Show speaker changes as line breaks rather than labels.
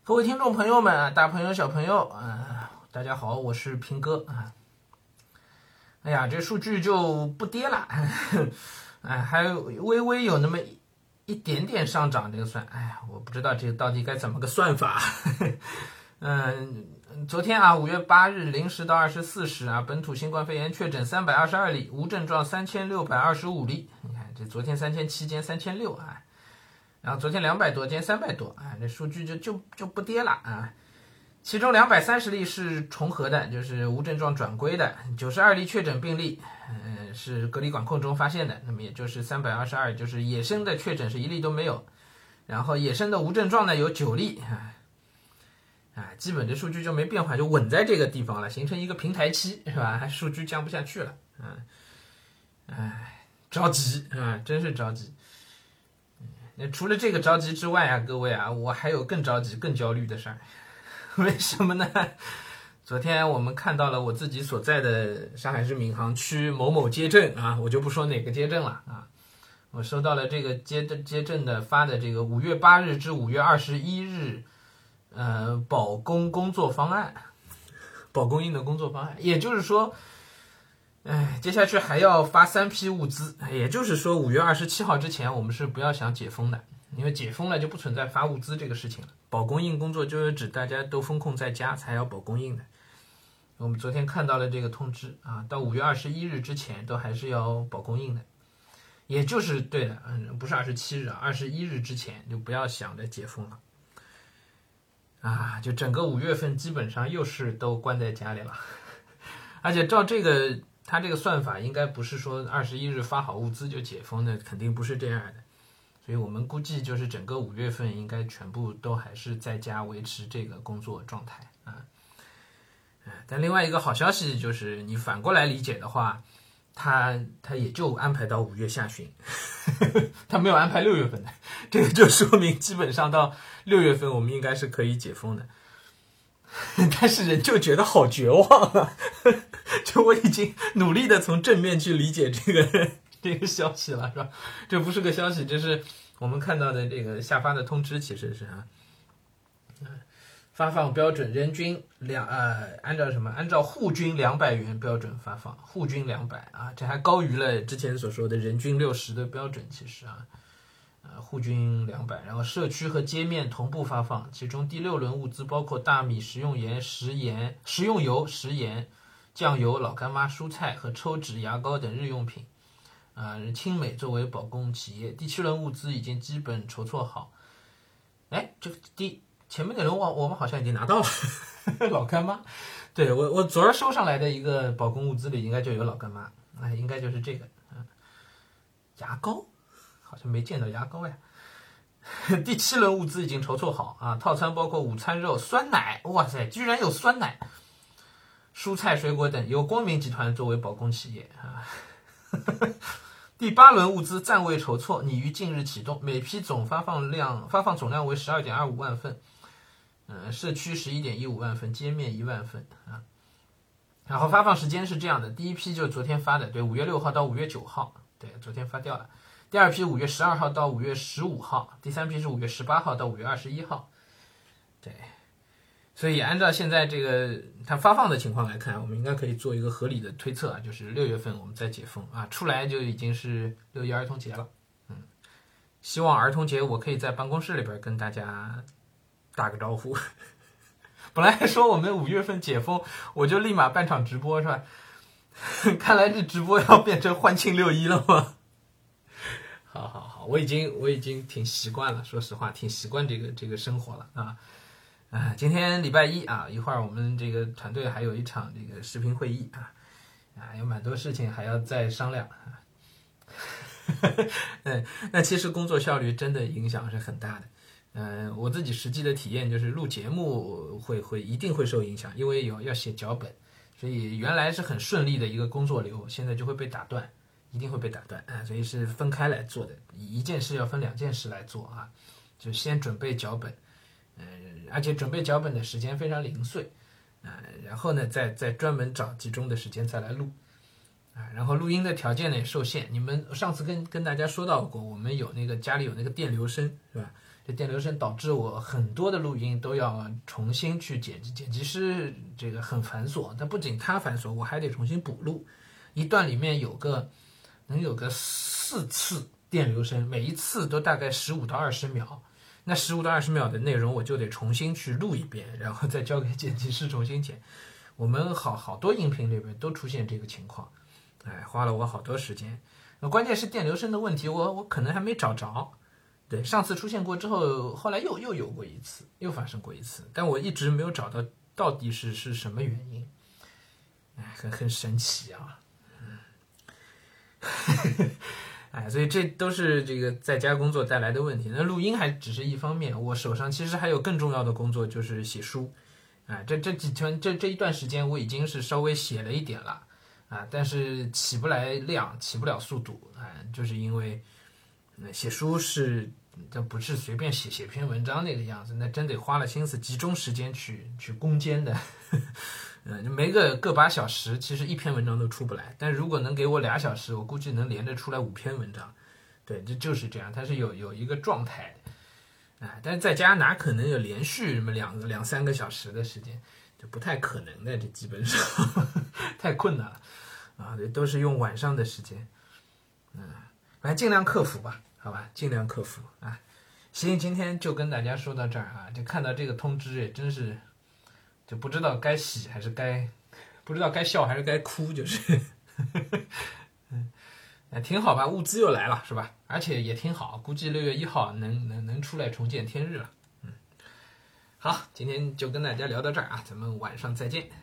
各位听众朋友们啊，大朋友小朋友大家好，我是平哥啊。哎呀，这数据就不跌了，还微微有那么一点点上涨，这个算，我不知道这个到底该怎么个算法。昨天啊，5月8日0时到24时啊，本土新冠肺炎确诊322例，无症状3625例。你看这昨天3000兼3600啊。然后昨天200多，今天300多啊，这数据就不跌了啊。其中230例是重合的，就是无症状转归的；92例确诊病例，是隔离管控中发现的，那么也就是322，就是野生的确诊是1例都没有。然后野生的无症状呢有9例基本这数据就没变化，就稳在这个地方了，形成一个平台期，是吧？还数据降不下去了，着急啊，真是着急。除了这个着急之外啊，各位啊，我还有更着急、更焦虑的事儿。为什么呢？昨天我们看到了我自己所在的上海市闵行区某某街镇啊，我就不说哪个街镇了啊。我收到了这个街镇的发的这个5月8日至5月21日，保供工作方案，保供应的工作方案，也就是说。接下去还要发3批物资，也就是说5月27号之前我们是不要想解封的，因为解封了就不存在发物资这个事情了。保供应工作就是指大家都封控在家才要保供应的。我们昨天看到了这个通知啊，到5月21日之前都还是要保供应的，也就是对的，不是27日啊，21日之前就不要想着解封了。就整个5月份基本上又是都关在家里了，而且照这个。他这个算法应该不是说21日发好物资就解封的，肯定不是这样的，所以我们估计就是整个5月份应该全部都还是在家维持这个工作状态但另外一个好消息就是你反过来理解的话，他也就安排到5月下旬，他没有安排6月份的，这个就说明基本上到6月份我们应该是可以解封的。但是人就觉得好绝望啊！就我已经努力的从正面去理解这个消息了，是吧？这不是个消息，这是我们看到的这个下发的通知，其实是发放标准人均按照什么？按照户均200元标准发放，户均200这还高于了之前所说的人均60的标准，其实户均200，然后社区和街面同步发放，其中第6轮物资包括大米、食用盐、食用油、食盐、酱油、老干妈、蔬菜和抽纸、牙膏等日用品。青美作为保供企业，第7轮物资已经基本筹措好。这个前面的轮我们好像已经拿到了，老干妈。对，我昨儿收上来的一个保供物资里应该就有老干妈，应该就是这个。牙膏。好像没见到牙膏呀。第7轮物资已经筹措好套餐包括午餐肉、酸奶，哇塞，居然有酸奶、蔬菜、水果等，由光明集团作为保供企业第8轮物资暂未筹措，拟于近日启动，每批总发放总量为12.25万份，社区11.15万份，街面1万份然后发放时间是这样的，第一批就是昨天发的，对，5月6号到5月9号，对，昨天发掉了。第2批5月12号到5月15号，第3批是5月18号到5月21号。对，所以按照现在这个它发放的情况来看，我们应该可以做一个合理的推测就是6月份我们再解封出来就已经是6一儿童节了。希望儿童节我可以在办公室里边跟大家打个招呼。本来还说我们5月份解封，我就立马办场直播，是吧？看来这直播要变成欢庆6·1了吗？好，我已经挺习惯了，说实话，挺习惯这个生活了今天礼拜一一会儿我们这个团队还有一场这个视频会议有蛮多事情还要再商量那其实工作效率真的影响是很大的。我自己实际的体验就是录节目一定会受影响，因为要写脚本，所以原来是很顺利的一个工作流，现在就会被打断。一定会被打断所以是分开来做的，一件事要分2件事来做就先准备脚本，而且准备脚本的时间非常零碎然后呢再专门找集中的时间再来录然后录音的条件呢也受限。你们上次跟大家说到过，我们有那个家里有那个电流声，是吧？ 这电流声导致我很多的录音都要重新去剪辑，剪辑师这个很繁琐，但不仅他繁琐，我还得重新补录。一段里面能有个4次电流声，每一次都大概15到20秒，那15到20秒的内容我就得重新去录一遍，然后再交给剪辑师重新剪。我们好多音频里边都出现这个情况，花了我好多时间。关键是电流声的问题，我可能还没找着。对，上次出现过之后，后来又有过一次，又发生过一次，但我一直没有找到底是什么原因，很神奇啊。所以这都是这个在家工作带来的问题。那录音还只是一方面，我手上其实还有更重要的工作，就是写书。这一段时间我已经是稍微写了一点了但是起不来量，起不了速度就是因为写书这不是随便写篇文章那个样子，那真得花了心思，集中时间去攻坚的。没个8小时，其实一篇文章都出不来。但如果能给我2小时，我估计能连着出来5篇文章。对，这就是这样，它是有一个状态的。但是在家哪可能有连续什么2、3个小时的时间，就不太可能的，这基本上太困难了这都是用晚上的时间。反正尽量克服吧，好吧，尽量克服行，今天就跟大家说到这儿就看到这个通知也真是，就不知道该喜还是不知道该笑还是该哭，就是挺好吧，物资又来了是吧？而且也挺好，估计6月1号能出来重见天日了。好，今天就跟大家聊到这儿咱们晚上再见。